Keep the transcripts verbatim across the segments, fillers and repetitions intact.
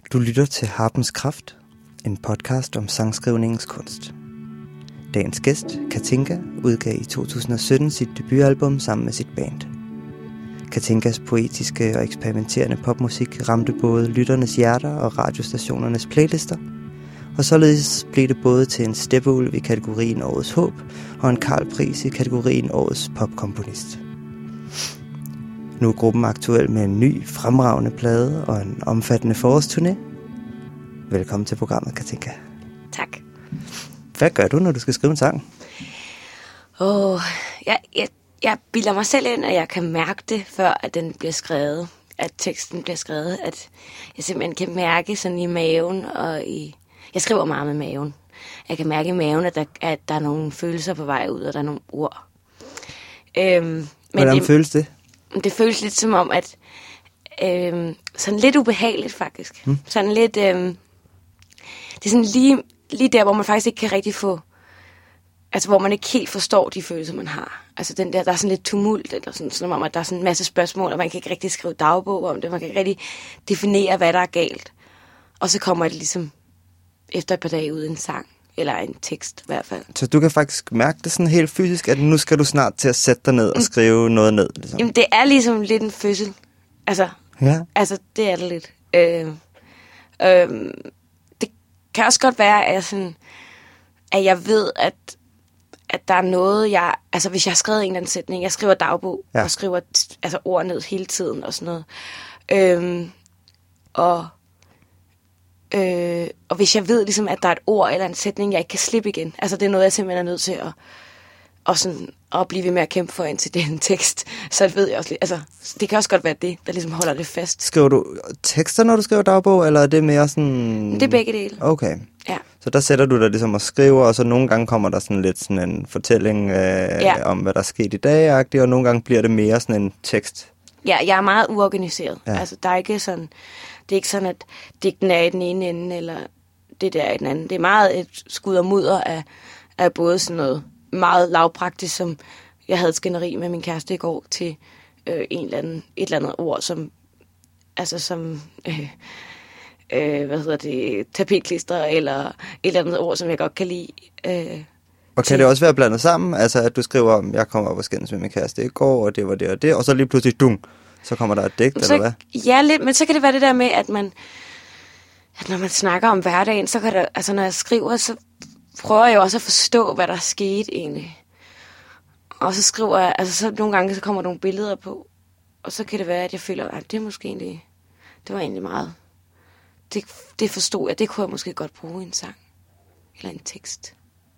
Du lytter til Harpens Kraft, en podcast om sangskrivningens kunst. Dagens gæst, Katinka, udgav i to tusind og sytten sit debutalbum sammen med sit band. Katinkas poetiske og eksperimenterende popmusik ramte både lytternes hjerter og radiostationernes playlister, og således blev det både til en steppeulv i kategorien Årets Håb og en Carl-pris i kategorien Årets Popkomponist. Nu er gruppen aktuel med en ny, fremragende plade og en omfattende forårsturné. Velkommen til programmet, Katinka. Tak. Hvad gør du, når du skal skrive en sang? Åh, oh, jeg, jeg, jeg bilder mig selv ind, at jeg kan mærke det, før at den bliver skrevet. At teksten bliver skrevet. At jeg simpelthen kan mærke sådan i maven og i... Jeg skriver meget med maven. Jeg kan mærke i maven, at der, at der er nogle følelser på vej ud, og der er nogle ord. Øhm, men Hvordan det, føles det? Det føles lidt som om, at... Øhm, sådan lidt ubehageligt, faktisk. Hmm. Sådan lidt... Øhm, det er sådan lige, lige der, hvor man faktisk ikke kan rigtig få... Altså, hvor man ikke helt forstår de følelser, man har. Altså, den der, der er sådan lidt tumult, eller sådan, sådan om, at der er sådan en masse spørgsmål, og man kan ikke rigtig skrive dagbog om det. Man kan ikke rigtig definere, hvad der er galt. Og så kommer det ligesom efter et par dage ud en sang, eller en tekst i hvert fald. Så du kan faktisk mærke det sådan helt fysisk, at nu skal du snart til at sætte dig ned og skrive mm. noget ned? Ligesom. Jamen, det er ligesom lidt en fødsel. Altså, ja. altså det er det lidt. Øh, øh, det kan også godt være, at jeg, sådan, at jeg ved, at at der er noget, jeg... Altså, hvis jeg har skrevet en eller anden sætning, jeg skriver dagbog, ja. og skriver altså, ord ned hele tiden og sådan noget. Øhm, og, øh, og hvis jeg ved, ligesom, at der er et ord eller en sætning, jeg ikke kan slippe igen. Altså, det er noget, jeg simpelthen er nødt til at, og sådan, at blive ved med at kæmpe for indtil det er en tekst. Så ved jeg også lidt... Altså, det kan også godt være det, der ligesom holder det fast. Skriver du tekster, når du skriver dagbog, eller er det mere sådan... Det er begge dele. Okay. Ja. Så der sætter du dig ligesom og skriver, og så nogle gange kommer der sådan lidt sådan en fortælling øh, ja. om, hvad der er sket i dag, og nogle gange bliver det mere sådan en tekst. Ja, jeg er meget uorganiseret. Ja. Altså, der er ikke sådan... Det er ikke sådan, at digten er i den ene ende, eller det der er i den anden. Det er meget et skud og mudder af, af både sådan noget meget lavpraktisk, som jeg havde et skænderi med min kæreste i går, til øh, en eller anden, et eller andet ord, som... Altså, som... Øh, Øh, hvad hedder det, tapetklister, eller et eller andet ord, som jeg godt kan lide. Øh, og kan det også være blandet sammen? Altså, at du skriver om, jeg kommer op og skændes med min kæreste i går, og det var det og det, og så lige pludselig, dum, så kommer der et digt, så, eller hvad? Ja, lidt, men så kan det være det der med, at man, at når man snakker om hverdagen, så kan det, altså når jeg skriver, så prøver jeg også at forstå, hvad der er sket egentlig. Og så skriver jeg, altså så nogle gange, så kommer nogle billeder på, og så kan det være, at jeg føler, at det er måske egentlig, det var egentlig meget... Det, det forstod jeg. Det kunne jeg måske godt bruge i en sang. Eller en tekst.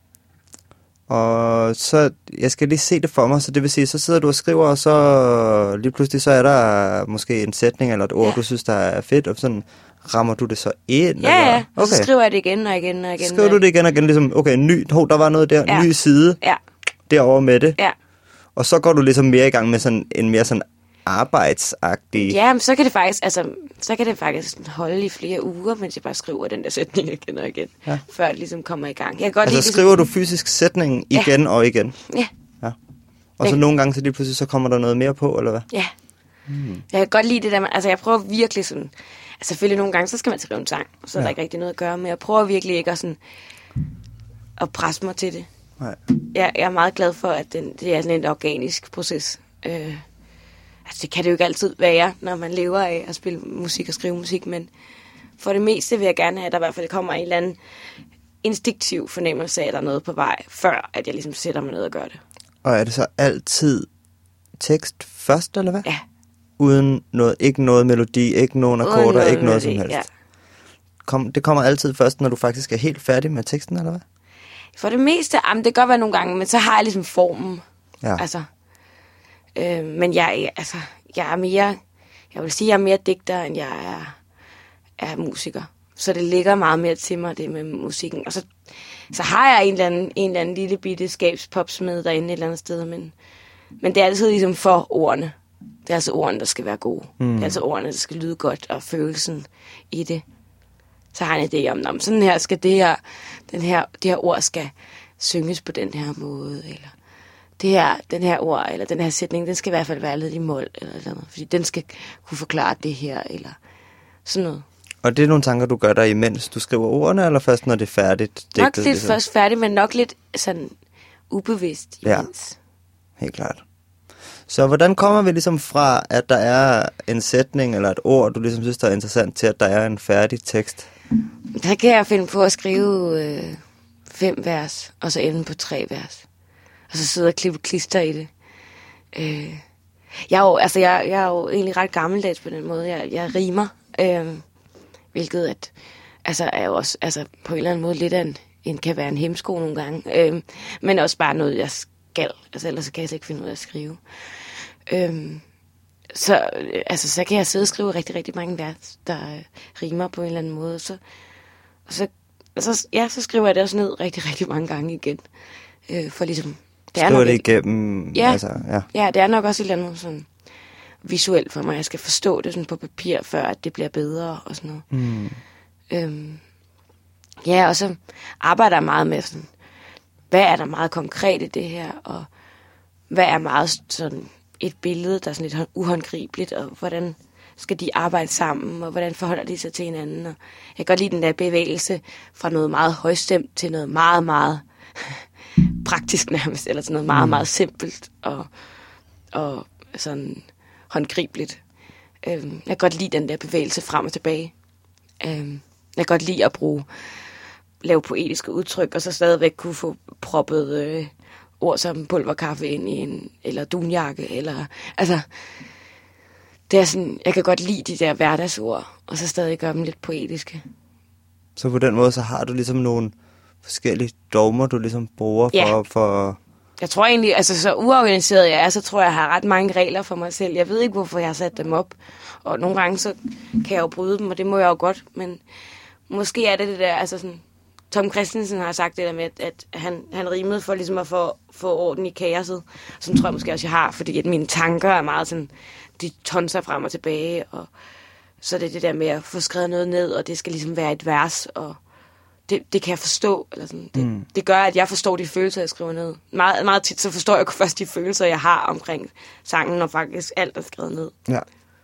Og så, jeg skal lige se det for mig, så det vil sige, så sidder du og skriver, og så lige pludselig, så er der måske en sætning eller et ord, ja. du synes, der er fedt, og sådan rammer du det så ind? Ja, eller? ja. Okay. Og så skriver jeg det igen og igen og igen. Skriver du det igen og igen, ligesom, okay, ny, hov, der var noget der, ja. ny side, ja. derovre med det. Ja. Og så går du ligesom mere i gang med sådan en mere sådan arbejdsagtig... Ja, men så kan det faktisk, altså, så kan det faktisk holde i flere uger, mens jeg bare skriver den der sætning igen og igen, ja. før det ligesom kommer i gang. Jeg kan godt altså lide, skriver ligesom... du fysisk sætningen igen ja. og igen? Ja. ja. Og så nogle gange, så lige pludselig, så kommer der noget mere på, eller hvad? Ja. Hmm. Jeg kan godt lide det der, altså jeg prøver virkelig sådan, altså selvfølgelig nogle gange, så skal man skrive en sang, så ja. er der ikke rigtig noget at gøre, men jeg prøver virkelig ikke at sådan, at presse mig til det. Nej. Jeg, jeg er meget glad for, at den, det er sådan en organisk proces. Øh, Altså, det kan det jo ikke altid være, når man lever af at spille musik og skrive musik, men for det meste vil jeg gerne have, at der i hvert fald kommer en eller anden instinktiv fornemmelse af, at der er noget på vej, før at jeg ligesom sætter mig ned og gør det. Og er det så altid tekst først, eller hvad? Ja. Uden noget, ikke noget melodi, ikke nogen akkorder, noget ikke noget melodi, som helst? Ja. Kom, det kommer altid først, når du faktisk er helt færdig med teksten, eller hvad? For det meste, jamen, det kan godt være nogle gange, men så har jeg ligesom formen. Ja. Altså... Øh, men jeg, altså, jeg er mere, jeg vil sige, jeg er mere digter, end jeg er, er musiker. Så det ligger meget mere til mig, det med musikken. Og så, så har jeg en eller anden, en eller anden lille bitte skabspopsmed derinde et eller andet sted, men, men det er altid ligesom for ordene. Det er altså ordene, der skal være gode. Mm. Det er altså ordene, der skal lyde godt, og følelsen i det. Så har jeg en idé om, om sådan her skal det her, den her, det her ord skal synges på den her måde, eller det her, den her ord, eller den her sætning, den skal i hvert fald være lidt i mål, eller, eller noget, fordi den skal kunne forklare det her, eller sådan noget. Og det er nogle tanker, du gør der imens du skriver ordene, eller først når det er færdigt? Digtet, nok lidt ligesom? først færdigt, men nok lidt sådan ubevidst imens. Ja, helt klart. Så hvordan kommer vi ligesom fra, at der er en sætning eller et ord, du ligesom synes, der er interessant, til at der er en færdig tekst? Der kan jeg finde på at skrive øh, fem vers, og så ende på tre vers. Og så sidde og klippe klister i det. Øh, jeg, er jo, altså jeg, jeg er jo egentlig ret gammeldags på den måde. Jeg, jeg rimer, øh, hvilket at, altså er jo også altså på en eller anden måde lidt af en, en kan være en hemsko nogle gange. Øh, men også bare noget, jeg skal. Altså ellers kan jeg slet ikke finde ud af at skrive. Øh, så, altså, så kan jeg sidde og skrive rigtig, rigtig mange vers, der øh, rimer på en eller anden måde. Så, og så, så, ja, så skriver jeg det også ned rigtig, rigtig mange gange igen. Øh, for ligesom... Det er Skriver nok det et, igennem? ja, altså, ja. ja, det er nok også et eller andet sådan visuelt for mig. Jeg skal forstå det sådan på papir, før at det bliver bedre og sådan noget. Mm. Øhm, ja, og så arbejder jeg meget med sådan, hvad er der meget konkret i det her, og hvad er meget sådan et billede, der er sådan lidt uhåndgribeligt, og hvordan skal de arbejde sammen, og hvordan forholder de sig til hinanden. Og jeg kan godt lide den der bevægelse fra noget meget højstemt til noget meget, meget praktisk nærmest, eller sådan noget meget, meget simpelt og, og sådan håndgribeligt. Øhm, jeg kan godt lide den der bevægelse frem og tilbage. Øhm, jeg kan godt lide at bruge, lave poetiske udtryk, og så stadigvæk kunne få proppet øh, ord som pulverkaffe ind i en, eller dunjakke, eller, altså, det er sådan, jeg kan godt lide de der hverdagsord, og så stadig gøre dem lidt poetiske. Så på den måde, så har du ligesom nogle forskellige dogmer, du ligesom bruger for... Ja. for Jeg tror egentlig, altså så uorganiseret jeg er, så tror jeg, jeg har ret mange regler for mig selv. Jeg ved ikke, hvorfor jeg har sat dem op. Og nogle gange, så kan jeg jo bryde dem, og det må jeg jo godt. Men måske er det det der, altså sådan... Tom Christensen har sagt det der med, at han, han rimede for ligesom at få, få orden i kaoset. Sådan tror jeg måske også, jeg har, fordi at mine tanker er meget sådan... De tonser frem og tilbage, og så er det det der med at få skrevet noget ned, og det skal ligesom være et vers, og... Det, det kan jeg forstå, eller sådan. Det, mm. det gør, at jeg forstår de følelser, jeg skriver ned. Meget, meget tit, så forstår jeg først de følelser, jeg har omkring sangen, når faktisk alt er skrevet ned. Ja,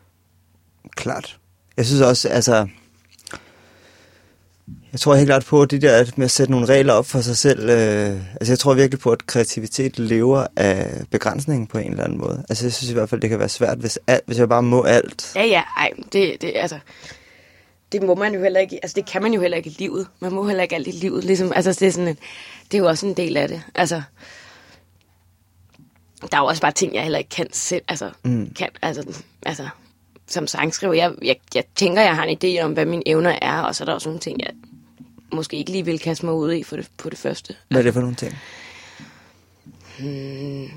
klart. Jeg synes også, altså... Jeg tror helt klart på, at det der med at sætte nogle regler op for sig selv... Øh, altså, jeg tror virkelig på, at kreativitet lever af begrænsning på en eller anden måde. Altså, jeg synes i hvert fald, det kan være svært, hvis, alt, hvis jeg bare må alt. Ja, ja, ej, det, det, altså... Det må man jo heller ikke, altså det kan man jo heller ikke i livet. Man må heller ikke alt i livet, ligesom, altså det er sådan en, det er jo også en del af det. Altså, der er jo også bare ting, jeg heller ikke kan selv, altså, mm. kan, altså, altså, som sangskriver, jeg, jeg, jeg tænker, jeg har en idé om, hvad mine evner er, og så er der også nogle ting, jeg måske ikke lige vil kaste mig ud i for det, på det første. Hvad er det for nogle ting? Hmm.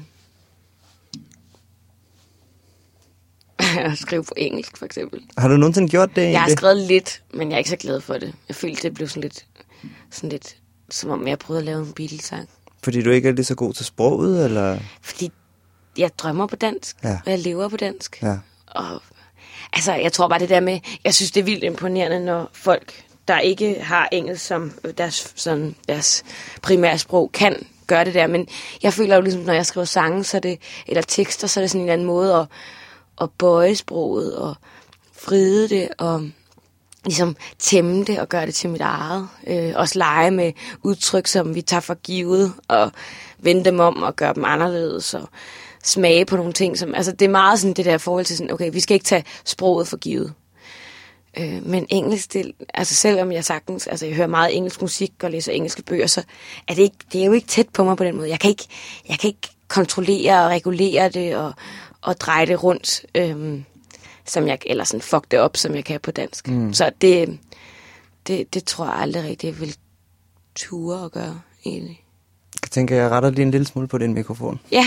At skrive på engelsk, for eksempel. Har du nogensinde gjort det egentlig? Jeg har skrevet lidt, men jeg er ikke så glad for det. Jeg følte, det blev sådan lidt, sådan lidt som om jeg prøvede at lave en Beatles-sang. Fordi du ikke er lige så god til sproget, eller? Fordi jeg drømmer på dansk, ja. og jeg lever på dansk. Ja. Og, altså, jeg tror bare det der med, jeg synes, det er vildt imponerende, når folk, der ikke har engelsk som deres, sådan, deres primærsprog, kan gøre det der. Men jeg føler jo ligesom, når jeg skriver sange, så det, eller tekster, så er det sådan en eller anden måde at og bøje sproget, og fride det, og ligesom tæmme det, og gøre det til mit eget. Øh, også lege med udtryk, som vi tager for givet, og vende dem om, og gøre dem anderledes, og smage på nogle ting. Som, altså det er meget sådan det der forhold til sådan, okay, vi skal ikke tage sproget for givet. Øh, men engelsk, det, altså selvom jeg sagtens, altså jeg hører meget engelsk musik, og læser engelske bøger, så er det, ikke, det er jo ikke tæt på mig på den måde. Jeg kan ikke, jeg kan ikke kontrollere og regulere det, og og dreje det rundt, øhm, som jeg, eller sådan fuck det op, som jeg kan på dansk. Mm. Så det, det, det tror jeg aldrig rigtig, jeg vil ture at gøre, egentlig. Jeg tænker, jeg retter lige en lille smule på din mikrofon. Ja.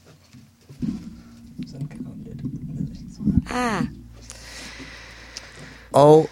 Sådan kan komme lidt. Ah. Og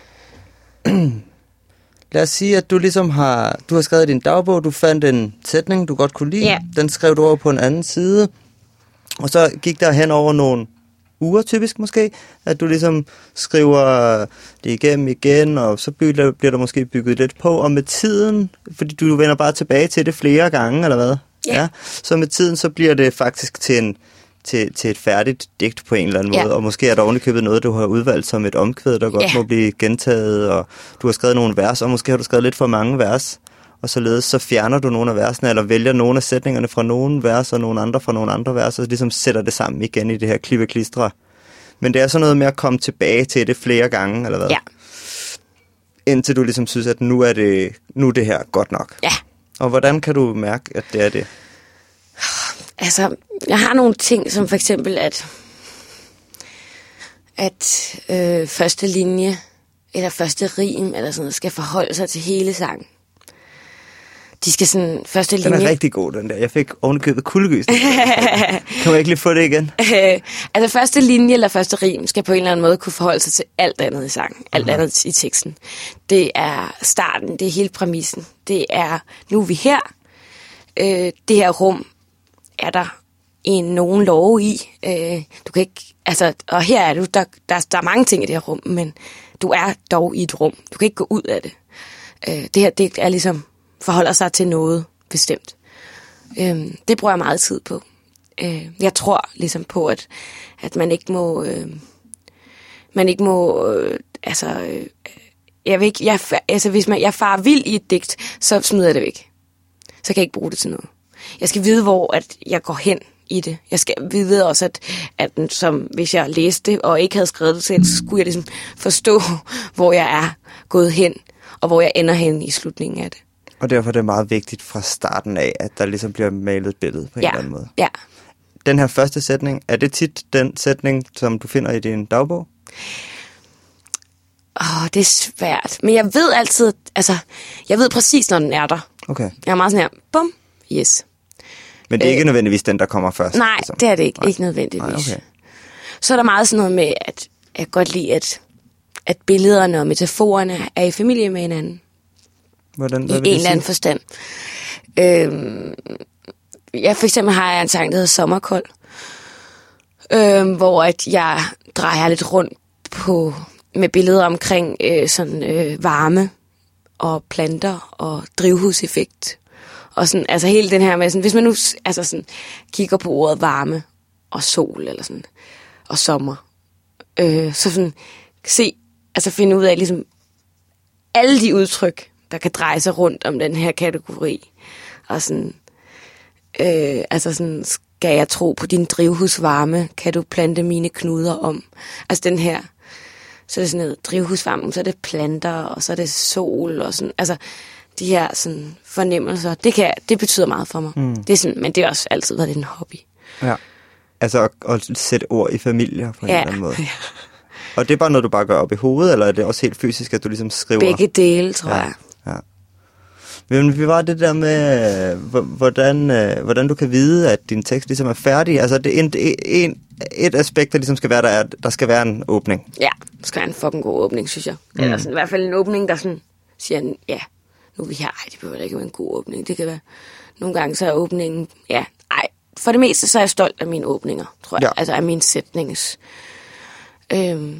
lad os sige, at du ligesom har, du har skrevet din dagbog, du fandt en sætning, du godt kunne lide, ja. Den skrev du over på en anden side, og så gik der hen over nogle uger typisk måske, at du ligesom skriver det igennem igen, og så bliver der måske bygget lidt på, og med tiden, fordi du vender bare tilbage til det flere gange, eller hvad? Ja. Ja, så med tiden, så bliver det faktisk til en til, til et færdigt digt på en eller anden måde, Ja. og måske er der ovenikøbet noget, du har udvalgt som et omkvæd, der godt Ja. må blive gentaget, og du har skrevet nogle vers, og måske har du skrevet lidt for mange vers, og således så fjerner du nogle af versene, eller vælger nogle af sætningerne fra nogle vers, og nogle andre fra nogle andre vers, og ligesom sætter det sammen igen i det her klippe-klistre. Men det er så noget med at komme tilbage til det flere gange, eller hvad? Ja. Indtil du ligesom synes, at nu er det, nu er det her godt nok. Ja. Og hvordan kan du mærke, at det er det? Altså, jeg har nogle ting, som for eksempel, at, at øh, første linje, eller første rim, eller sådan noget, skal forholde sig til hele sangen. De skal sådan, første linje... Den er rigtig god, den der. Jeg fik ovenikøbet kuldegysning. Kan man ikke lige få det igen? Øh, altså, første linje eller første rim skal på en eller anden måde kunne forholde sig til alt andet i sangen. Alt uh-huh. andet i teksten. Det er starten, det er hele præmissen. Det er, nu er vi her. Øh, det her rum er der en nogen love i. Øh, du kan ikke, altså, og her er du, der, der, der er mange ting i det her rum, men du er dog i et rum. Du kan ikke gå ud af det. Øh, det her, det er ligesom, forholder sig til noget bestemt. Øh, det bruger jeg meget tid på. Øh, jeg tror ligesom på, at, at man ikke må, øh, man ikke må, øh, altså, øh, jeg vil ikke, jeg, altså, hvis man, jeg farer vild i et digt, så smider jeg det væk. Så kan jeg ikke bruge det til noget. Jeg skal vide, hvor at jeg går hen i det. Jeg skal vide også, at, at som, hvis jeg læste det, og ikke havde skrevet det selv, så skulle jeg ligesom forstå, hvor jeg er gået hen, og hvor jeg ender hen i slutningen af det. Og derfor er det meget vigtigt fra starten af, at der ligesom bliver malet et billede på en ja. eller anden måde. Ja. Den her første sætning, er det tit den sætning, som du finder i din dagbog? Åh, oh, det er svært. Men jeg ved altid, altså, jeg ved præcis, når den er der. Okay. Jeg er meget sådan her, bum, yes. Men det er øh, ikke nødvendigvis den, der kommer først? Nej, ligesom. det er det ikke. Nej. Ikke nødvendigvis. Nej, okay. Så er der meget sådan noget med, at jeg godt lide, at, at billederne og metaforerne er i familie med hinanden. Hvordan, I en eller anden forstand. Øhm, ja, for eksempel har jeg en sang, der hedder Sommerkold, øhm, hvor at jeg drejer lidt rundt på, med billeder omkring øh, sådan, øh, varme og planter og drivhuseffekt. Og sådan, altså hele den her med, sådan, hvis man nu altså sådan, kigger på ordet varme og sol eller sådan, og sommer, øh, så sådan, se, altså finde ud af ligesom alle de udtryk, der kan dreje sig rundt om den her kategori. Og sådan, øh, altså sådan, skal jeg tro på din drivhusvarme? Kan du plante mine knuder om? Altså den her, så er det sådan noget drivhusvarme, så er det planter, og så er det sol, og sådan, altså de her sådan fornemmelser, det, kan, det betyder meget for mig. Mm. Det er sådan, men det har også altid været en hobby. Ja, altså at, at sætte ord i familier på en ja. eller anden måde. Ja. Og det er bare noget, du bare gør op i hovedet, eller er det også helt fysisk, at du ligesom skriver? Begge dele, tror ja. jeg. Ja. Men vi var det der med, hvordan, hvordan du kan vide, at din tekst ligesom er færdig. Altså det er en, en, et aspekt, der ligesom skal være, der er, der skal være en åbning. Ja, det skal være en fucking god åbning, synes jeg. Mm. Eller sådan, i hvert fald en åbning, der sådan siger, ja, nu er vi her. Ej, det behøver da ikke være en god åbning. Det kan være, nogle gange så er åbningen, ja, ej. For det meste, så er jeg stolt af mine åbninger, tror jeg. Ja. Altså af mine sætninges. Øhm.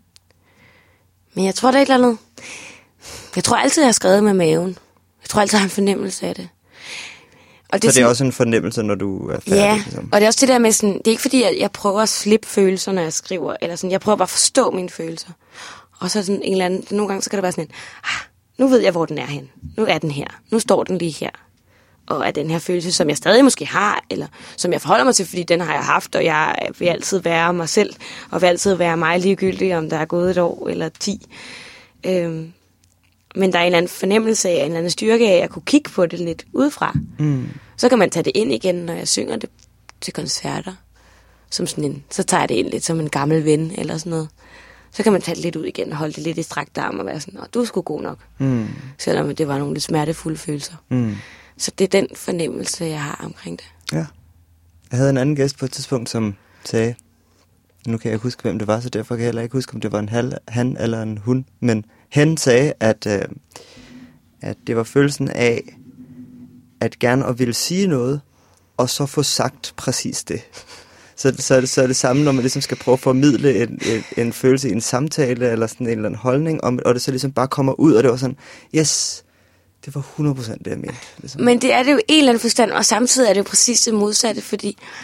Men jeg tror, der er et eller andet. Jeg tror altid, jeg har skrevet med maven. Jeg tror altid, jeg har en fornemmelse af det. Og det så det er sådan, også en fornemmelse, når du er færdig? Ja, ligesom. Og det er også det der med sådan, det er ikke fordi, jeg, jeg prøver at slippe følelser, når jeg skriver, eller sådan, jeg prøver bare at forstå mine følelser. Og så sådan en eller anden, nogle gange så kan det være sådan en, ah, nu ved jeg, hvor den er hen. Nu er den her. Nu står den lige her. Og er den her følelse, som jeg stadig måske har, eller som jeg forholder mig til, fordi den har jeg haft, og jeg vil altid være mig selv, og vil altid være mig ligegyldig, om der er gået et år eller ti. Øhm, men der er en eller anden fornemmelse af, en eller anden styrke af, at jeg kunne kigge på det lidt udefra. Mm. Så kan man tage det ind igen, når jeg synger det til koncerter. Som sådan en, så tager jeg det ind lidt som en gammel ven, eller sådan noget. Så kan man tage det lidt ud igen og holde det lidt i strakt arm og være sådan, åh, du er sgu god nok. Mm. Selvom det var nogle lidt smertefulde følelser. Mm. Så det er den fornemmelse, jeg har omkring det. Ja. Jeg havde en anden gæst på et tidspunkt, som sagde, nu kan jeg ikke huske, hvem det var, så derfor kan jeg heller ikke huske, om det var en hal, han eller en hun, men han sagde, at, øh, at det var følelsen af, at gerne at ville sige noget, og så få sagt præcis det. Så, så, så er det samme, når man ligesom skal prøve at formidle en, en, en følelse i en samtale, eller sådan en eller anden holdning, om, og det så ligesom bare kommer ud, og det var sådan, yes, det var hundrede procent det, jeg mente. Ligesom. Men det er det jo i en eller anden forstand, og samtidig er det jo præcis det modsatte, fordi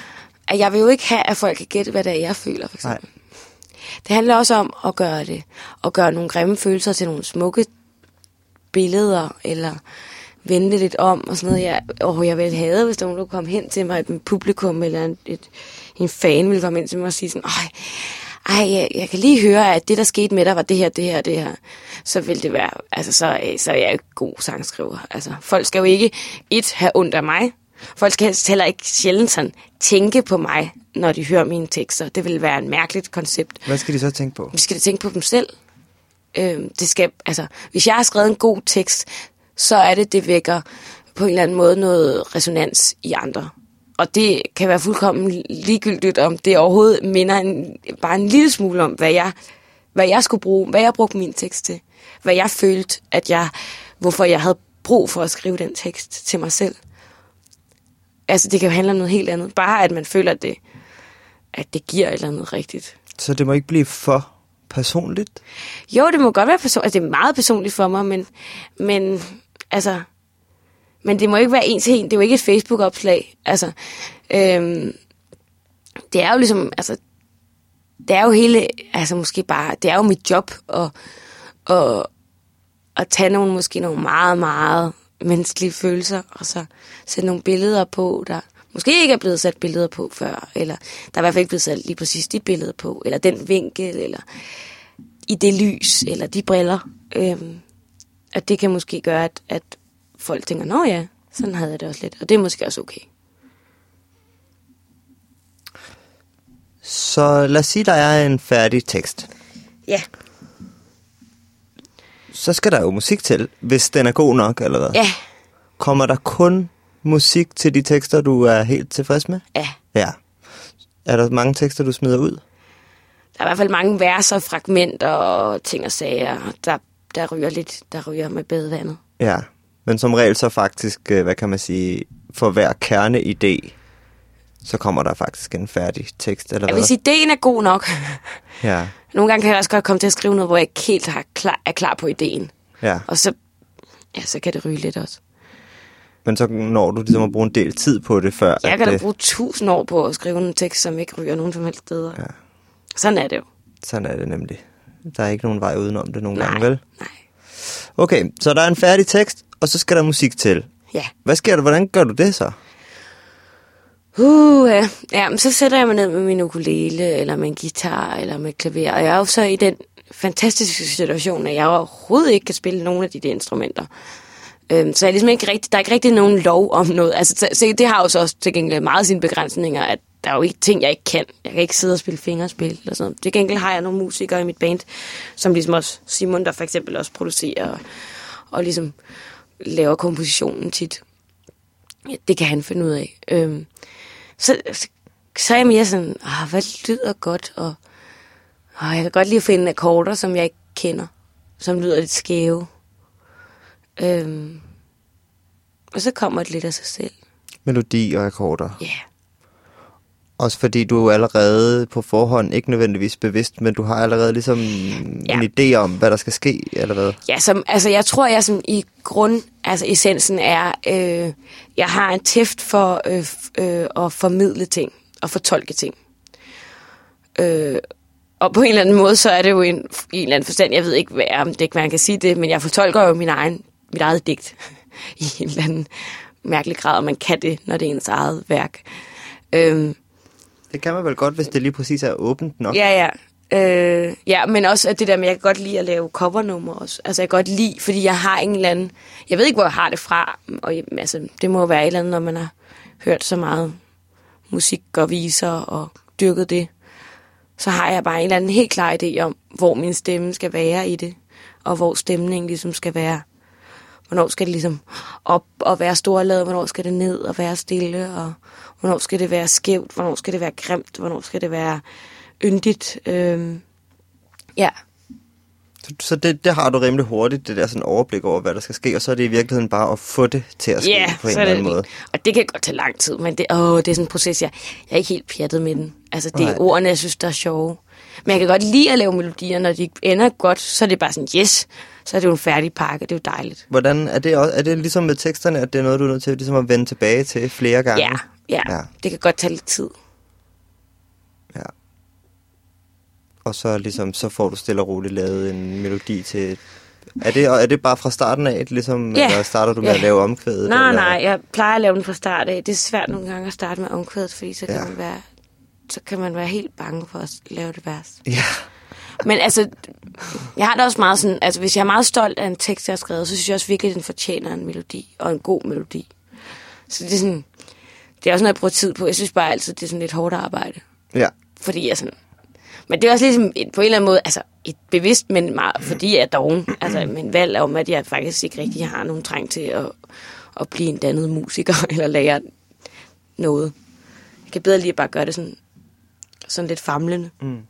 at jeg vil jo ikke have, at folk kan gætte, hvad det er, jeg føler, for eksempel. Nej. Det handler også om at gøre det, at gøre nogle grimme følelser til nogle smukke billeder, eller vende det lidt om, og sådan noget. Jeg, åh, jeg ville have, hvis der var nogen, der kom hen til mig, et publikum, eller en, et, en fan ville komme hen til mig og sige sådan, ej, ej jeg, jeg kan lige høre, at det, der skete med dig, var det her, det her, det her. Så vil det være, altså, så, så er jeg jo god sangskriver. Altså, folk skal jo ikke, et, have ondt af mig. Folk skal helst heller ikke sjældent sådan tænke på mig, når de hører mine tekster. Det vil være en mærkeligt koncept. Hvad skal de så tænke på? De skal tænke på dem selv. Øhm, det skal, altså, hvis jeg har skrevet en god tekst, så er det, det vækker på en eller anden måde noget resonans i andre. Og det kan være fuldkommen ligegyldigt, om det overhovedet minder en, bare en lille smule om, hvad jeg, hvad jeg skulle bruge, hvad jeg brugte min tekst til. Hvad jeg følte, at jeg, hvorfor jeg havde brug for at skrive den tekst til mig selv. Altså, det kan jo handle om noget helt andet. Bare at man føler, at det, at det giver et eller andet rigtigt. Så det må ikke blive for personligt? Jo, det må godt være personligt. Altså, det er meget personligt for mig, men, men, altså, men det må ikke være en til en. Det er jo ikke et Facebook-opslag. Altså, øhm, det er jo ligesom, altså, det er jo hele, altså måske bare, det er jo mit job at, at, at tage nogle, måske nogle meget, meget menneskelige følelser, og så sætte nogle billeder på, der måske ikke er blevet sat billeder på før, eller der er i hvert fald ikke blevet sat lige præcis de billeder på, eller den vinkel, eller i det lys, eller de briller. Øhm, at det kan måske gøre, at, at folk tænker, nå ja, sådan havde jeg det også lidt, og det er måske også okay. Så lad os sige, der er en færdig tekst. Ja. Så skal der jo musik til, hvis den er god nok, eller hvad? Ja. Kommer der kun musik til de tekster, du er helt tilfreds med? Ja. Ja. Er der mange tekster, du smider ud? Der er i hvert fald mange verser, fragmenter og ting og sager, der, der ryger lidt, der ryger med badevandet. Ja, men som regel så faktisk, hvad kan man sige, for hver kerneidé, så kommer der faktisk en færdig tekst, eller ja, hvad? Hvis ideen er god nok. Ja. Nogle gange kan jeg også godt komme til at skrive noget, hvor jeg ikke helt har klar, er klar på ideen. Ja. Og så, ja, så kan det ryge lidt også. Men så når du ligesom at bruge en del tid på det før. Jeg kan da det... bruge tusind år på at skrive en tekst, som ikke ryger nogen som helst steder. Ja. Sådan er det jo. Sådan er det nemlig. Der er ikke nogen vej udenom det nogle nej, gange, vel? Nej. Okay, så der er en færdig tekst, og så skal der musik til. Ja. Hvad sker der? Hvordan gør du det så? Uh, ja. ja, men så sætter jeg mig ned med min ukulele, eller med en guitar, eller med klaver. Og jeg er jo så i den fantastiske situation, at jeg overhovedet ikke kan spille nogen af de der instrumenter. Øhm, så jeg er ligesom ikke rigtig, der er ikke rigtig nogen lov om noget. Altså, så, så det har jo så også til gengæld meget sine begrænsninger, at der er jo ikke ting, jeg ikke kan. Jeg kan ikke sidde og spille fingerspil eller sådan. Til gengæld har jeg nogle musikere i mit band, som ligesom også Simon, der for eksempel også producerer og, og ligesom laver kompositionen tit. Ja, det kan han finde ud af. Øhm, så, så er jeg mere sådan, ah, hvad lyder godt, og, og jeg kan godt lide at finde akkorder, som jeg ikke kender, som lyder lidt skæve. Øhm, og så kommer det lidt af sig selv. Melodi og akkorder. Ja. Yeah. Også fordi du er allerede på forhånd, ikke nødvendigvis bevidst, men du har allerede ligesom ja. en idé om, hvad der skal ske, eller hvad? Ja, som, altså jeg tror, jeg som i grund, altså essensen er, øh, jeg har en tæft for øh, øh, at formidle ting, og fortolke ting. Øh, og på en eller anden måde, så er det jo en, i en eller anden forstand, jeg ved ikke, hvad, om det ikke, man kan sige det, men jeg fortolker jo min egen, mit eget digt i en eller anden mærkelig grad, og man kan det, når det er ens eget værk. Øh, Det kan man vel godt, hvis det lige præcis er åbent nok. Ja, ja. Øh, ja, men også det der med, at jeg kan godt lide at lave covernummer også. Altså jeg kan godt lide, fordi jeg har en eller anden... Jeg ved ikke, hvor jeg har det fra. Og altså, det må være et eller andet, når man har hørt så meget musik og viser og dyrket det. Så har jeg bare en eller anden helt klar idé om, hvor min stemme skal være i det. Og hvor stemningen ligesom skal være. Hvornår skal det ligesom op og være storladet, hvornår skal det ned og være stille, og hvornår skal det være skævt, hvornår skal det være grimt, hvornår skal det være yndigt. Øhm, ja. Så, så det, det har du rimelig hurtigt, det der sådan overblik over, hvad der skal ske, og så er det i virkeligheden bare at få det til at ske yeah, på en eller anden måde. Og det kan godt tage lang tid, men det, åh, det er sådan en proces, jeg, jeg er ikke helt pjattet med den. Altså det er Nej. ordene, jeg synes, der er sjove. Men jeg kan godt lide at lave melodier, når de ender godt, så er det bare sådan, yes, så er det jo en færdig pakke, det er jo dejligt. Hvordan er det også, er det ligesom med teksterne, at det er noget, du er nødt til ligesom at vende tilbage til flere gange? Ja, ja, ja. Det kan godt tage lidt tid. og så ligesom så får du stille og roligt lavet en melodi til. Er det er det bare fra starten af, ligesom, ja. Eller starter du med ja. at lave omkvædet? Nej, eller? nej, jeg plejer at lave den fra start af. Det er svært nogle gange at starte med omkvædet, fordi så kan ja. man være så kan man være helt bange for at lave det vers. Ja. Men altså, jeg har da også meget sådan, altså hvis jeg er meget stolt af en tekst, jeg har skrevet, så synes jeg også virkelig, at den fortjener en melodi, og en god melodi. Så det er sådan, det er også noget, jeg bruger tid på. Jeg synes bare altid, det er sådan lidt hårdt arbejde. Ja. Fordi jeg sådan, men det er også ligesom et, på en eller anden måde, altså et bevidst, men meget, fordi jeg er doven. Altså min valg om, at jeg faktisk ikke rigtig har nogen træng til at, at blive en dannet musiker, eller lære noget. Jeg kan bedre lige bare gøre det sådan, sådan lidt famlende. Mm.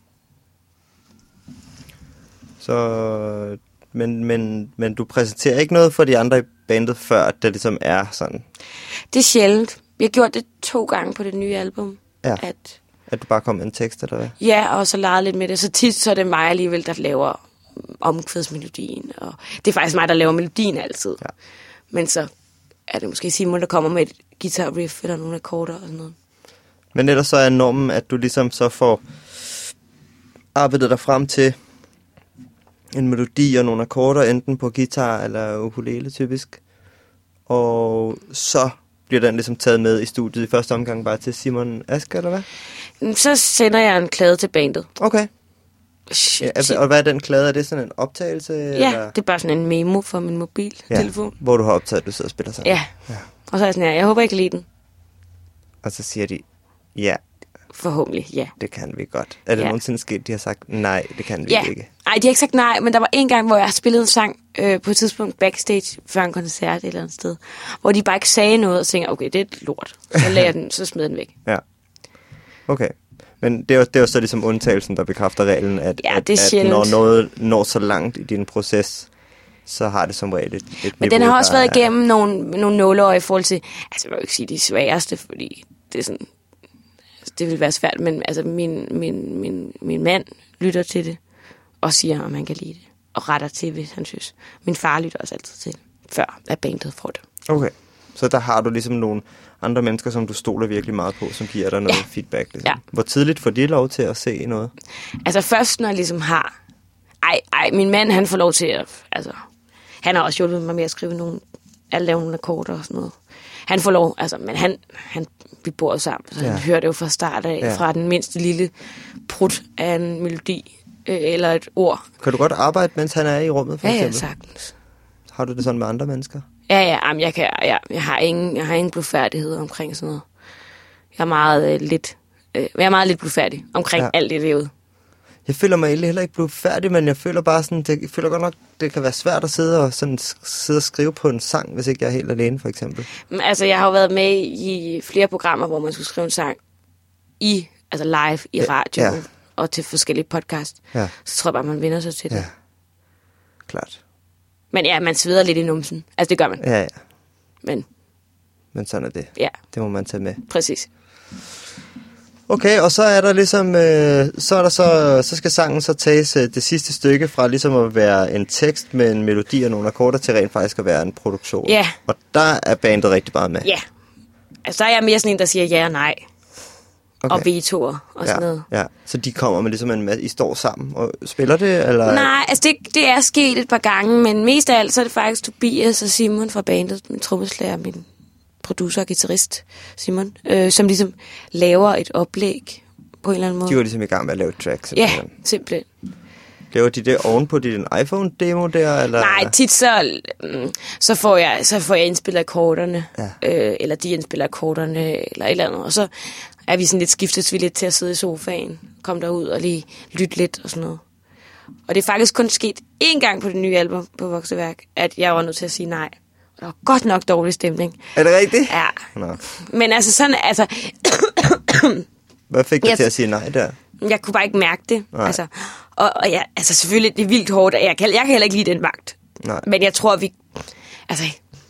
Så, men, men, men du præsenterer ikke noget for de andre i bandet, før at det ligesom er sådan? Det er sjældent. Jeg har gjort det to gange på det nye album. Ja. At, at du bare kom med en tekst, eller hvad? Ja, og så legede lidt med det. Så tit så er det mig alligevel, der laver omkvædsmelodien. Og det er faktisk mig, der laver melodien altid. Ja. Men så er det måske Simon, der kommer med et guitar riff eller nogle akkorder og sådan noget. Men ellers så er normen, at du ligesom så får arbejdet dig frem til en melodi og nogle akkorder, enten på guitar eller ukulele typisk. Og så bliver den ligesom taget med i studiet i første omgang bare til Simon Aske, eller hvad? Så sender jeg en klade til bandet. Okay. Ja, og hvad er den klade? Er det sådan en optagelse? Ja, eller? det er bare sådan en memo fra min mobiltelefon. Ja, hvor du har optaget, at du sidder og spiller sammen. Ja. ja. Og så er jeg sådan her, jeg håber, jeg kan lide den. Og så siger de, ja. Forhåbentlig, ja. Det kan vi godt. Er det ja. nogensinde sket, de har sagt, nej, det kan vi ja. ikke? Nej, de har ikke sagt nej, men der var en gang, hvor jeg spillede en sang øh, på et tidspunkt backstage før en koncert et eller andet sted, hvor de bare ikke sagde noget og tænkte, okay, det er et lort. Så lagde jeg den, så smed den væk. Ja. Okay. Men det er, jo, det er jo så ligesom undtagelsen, der bekræfter reglen, at, ja, det er at, at når noget når så langt i din proces, så har det som regel et, et Men den har også været igennem nogle, nogle nåleår i forhold til, altså jeg vil jo ikke sige de sværeste, fordi det er sådan, altså, det vil være svært, men altså min, min, min, min mand lytter til det, og siger, om han kan lide det, og retter til, hvis han synes. Min far lytter også altid til det, før at bandet får det. Okay, så der har du ligesom nogle andre mennesker, som du stoler virkelig meget på, som giver dig noget ja. feedback. Ligesom. Ja. Hvor tidligt får de lov til at se noget? Altså først, når jeg ligesom har... Ej, ej, min mand, han får lov til at... Altså, han har også hjulpet mig med at skrive nogle... At lave nogle akkorder og sådan noget. Han får lov, altså, men han... han vi bor jo sammen, så ja. han hører det jo fra start af, ja. fra den mindste lille prut af en melodi, øh, eller et ord. Kan du godt arbejde, mens han er i rummet, for ja, eksempel? Ja, sagtens. Har du det sådan med andre mennesker? Ja, ja, jamen, jeg, kan, ja, jeg har ingen, jeg har ingen blufærdighed omkring sådan noget. Jeg er meget øh, lidt, øh, jeg er meget lidt blufærdig omkring ja. alt det derude. Jeg føler mig egentlig heller ikke blufærdig, men jeg føler bare sådan, det, jeg føler godt nok, det kan være svært at sidde og sådan sidde og skrive på en sang, hvis ikke jeg er helt alene, for eksempel. Men, altså, jeg har jo været med i flere programmer, hvor man skulle skrive en sang i, altså live i radio ja. og til forskellige podcast. Ja. Så tror jeg bare, man vinder sig til det. Ja, klart. Men ja, man sveder lidt i numsen. Altså, det gør man. Ja, ja. Men, Men sådan er det. Ja. Det må man tage med. Præcis. Okay, og så er der ligesom, øh, så er der så, så skal sangen så tages øh, det sidste stykke fra ligesom at være en tekst med en melodi og nogle akkorder til rent faktisk at være en produktion. Ja. Og der er bandet rigtig meget med. Ja. Altså, der er jeg mere sådan en, der siger ja og nej. Okay. Og vetoer og sådan ja, noget. Ja, så de kommer med ligesom en masse, I står sammen og spiller det, eller? Nej, altså det, det er sket et par gange, men mest af alt så er det faktisk Tobias og Simon fra bandet, min trommeslager, min producer og guitarist Simon, øh, som ligesom laver et oplæg på en eller anden måde. De var ligesom i gang med at lave tracks. Ja, simpelthen. Laver de det oven på din iPhone-demo der, eller? Nej, tit så, så, får, jeg, så får jeg indspillet akkorderne, ja. øh, eller de indspiller akkorderne, eller et eller andet, og så er vi sådan lidt skiftet vi lidt til at sidde i sofaen, komme derud og lige lytte lidt og sådan noget. Og det er faktisk kun sket én gang på det nye album på Vokseværk, at jeg var nødt til at sige nej. Og der var godt nok dårlig stemning. Er det rigtigt? Ja. Nå. Men altså sådan, altså... Hvad fik dig jeg, til at sige nej der? Jeg kunne bare ikke mærke det. Altså, og, og ja, altså selvfølgelig, det er vildt hårdt. Jeg kan, jeg kan heller ikke lide den vagt. Nej. Men jeg tror, vi... Altså...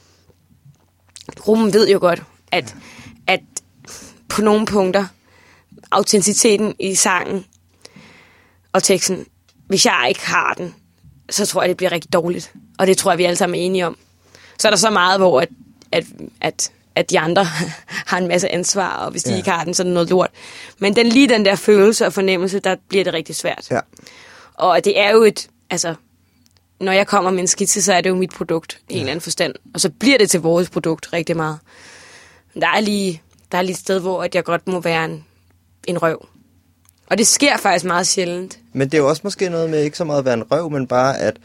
Rummen ved jo godt, at, at på nogle punkter, autenticiteten i sangen og teksten, hvis jeg ikke har den, så tror jeg, det bliver rigtig dårligt. Og det tror jeg, vi alle sammen er enige om. Så er der så meget, hvor at, at, at, at de andre har en masse ansvar, og hvis de ja. ikke har den, så er det noget lort. Men den, lige den der følelse og fornemmelse, der bliver det rigtig svært. Ja. Og det er jo et, altså, når jeg kommer med en skitse, så er det jo mit produkt i ja. en eller anden forstand. Og så bliver det til vores produkt rigtig meget. Men der er lige, der er lige et sted, hvor at jeg godt må være en, en røv. Og det sker faktisk meget sjældent. Men det er jo også måske noget med ikke så meget at være en røv, men bare at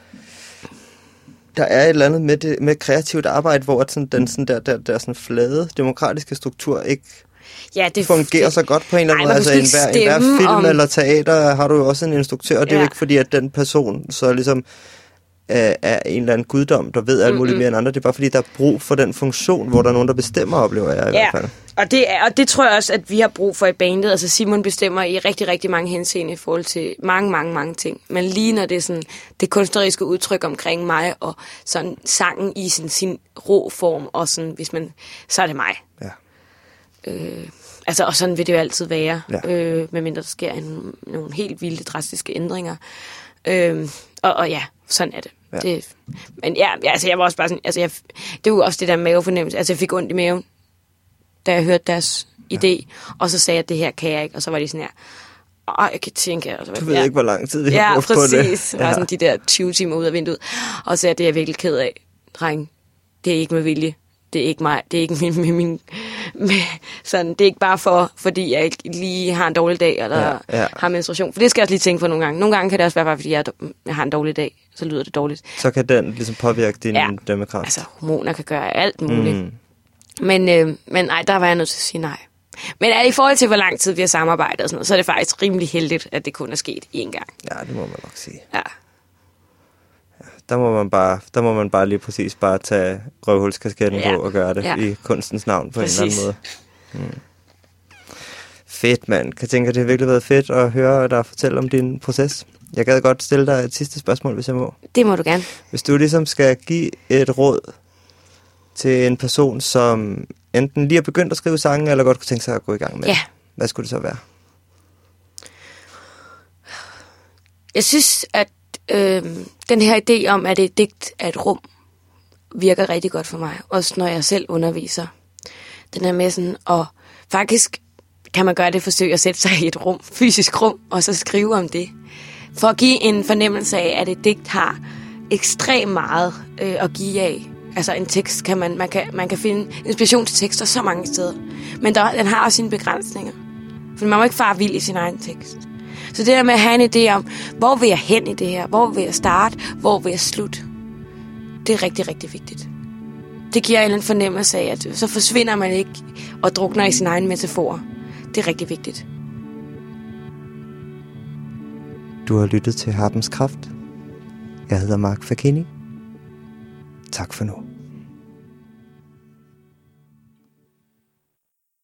der er et eller andet med, det, med kreativt arbejde, hvor sådan, den sådan der, der, der sådan flade demokratiske struktur ikke ja, det fungerer det, så godt på en eller anden måde. Altså en hver, en hver film om... eller teater har du jo også en instruktør, og det ja. er jo ikke fordi, at den person så ligesom er, er en eller anden guddom, der ved alt muligt mere end andre. Det er bare fordi, der er brug for den funktion, hvor der er nogen, der bestemmer, oplever jeg i ja. hvert fald. Og det, er, og det tror jeg også, at vi har brug for i bandet. Altså Simon bestemmer i rigtig, rigtig mange henseende i forhold til mange, mange, mange ting. Men lige når det er sådan det kunstneriske udtryk omkring mig, og sådan sangen i sin, sin rå form, og sådan, hvis man, så er det mig. Ja. Øh, altså, og sådan vil det jo altid være, ja. øh, medmindre der sker en, nogle helt vilde, drastiske ændringer. Øh, og, og ja, sådan er det. Ja. det men ja, altså jeg var også bare sådan, altså jeg, det var jo også det der mavefornemmelse. Altså jeg fik ondt i maven, da jeg hørte deres idé, ja. og så sagde jeg, at det her kan jeg ikke, og så var de sådan her, åh, jeg kan tænke, og så var, du ved ja. ikke, hvor lang tid vi har ja, brugt på det. Ja, præcis. Der var sådan de der tyve timer ud af vinduet, og så sagde jeg, det er jeg virkelig ked af, dreng, det er ikke med vilje, det er ikke mig, det er ikke min, min, min med, sådan, det er ikke bare for, fordi jeg ikke lige har en dårlig dag, eller ja, ja. har menstruation, for det skal jeg også lige tænke på nogle gange. Nogle gange kan det også være bare, fordi jeg, jeg har en dårlig dag, så lyder det dårligt. Så kan den ligesom påvirke din ja. dømmekraft. Altså, hormoner kan gøre alt muligt. Mm. Men, øh, men nej, der var jeg nødt til at sige nej. Men i forhold til, hvor lang tid vi har samarbejdet og sådan noget, så er det faktisk rimelig heldigt, at det kun er sket én gang. Ja, det må man nok sige. Ja. Ja, der må man bare, der må man bare lige præcis bare tage røvhulskasketten ja. på og gøre det ja. i kunstens navn på præcis. en eller anden måde. Mm. Fedt, mand. Jeg tænker, det har virkelig været fedt at høre dig fortælle om din proces. Jeg gad godt stille dig et sidste spørgsmål, hvis jeg må. Det må du gerne. Hvis du ligesom skal give et råd til en person, som enten lige har begyndt at skrive sange, eller godt kunne tænke sig at gå i gang med ja. hvad skulle det så være? Jeg synes, at øh, den her idé om, at et digt er et rum, virker rigtig godt for mig. Også når jeg selv underviser. Den er med sådan, og faktisk kan man gøre det forsøg at sætte sig i et rum, fysisk rum, og så skrive om det. For at give en fornemmelse af, at et digt har ekstremt meget øh, at give af. Altså en tekst kan man, man kan, man kan finde inspiration til tekster så mange steder. Men der, den har også sine begrænsninger. For man må ikke fare vild i sin egen tekst. Så det der med at have en idé om, hvor vil jeg hen i det her? Hvor vil jeg starte? Hvor vil jeg slutte? Det er rigtig, rigtig vigtigt. Det giver en eller anden fornemmelse af, at så forsvinder man ikke og drukner i sin egen metafor. Det er rigtig vigtigt. Du har lyttet til Harpens Kraft. Jeg hedder Mark Fakini. Tak for nu.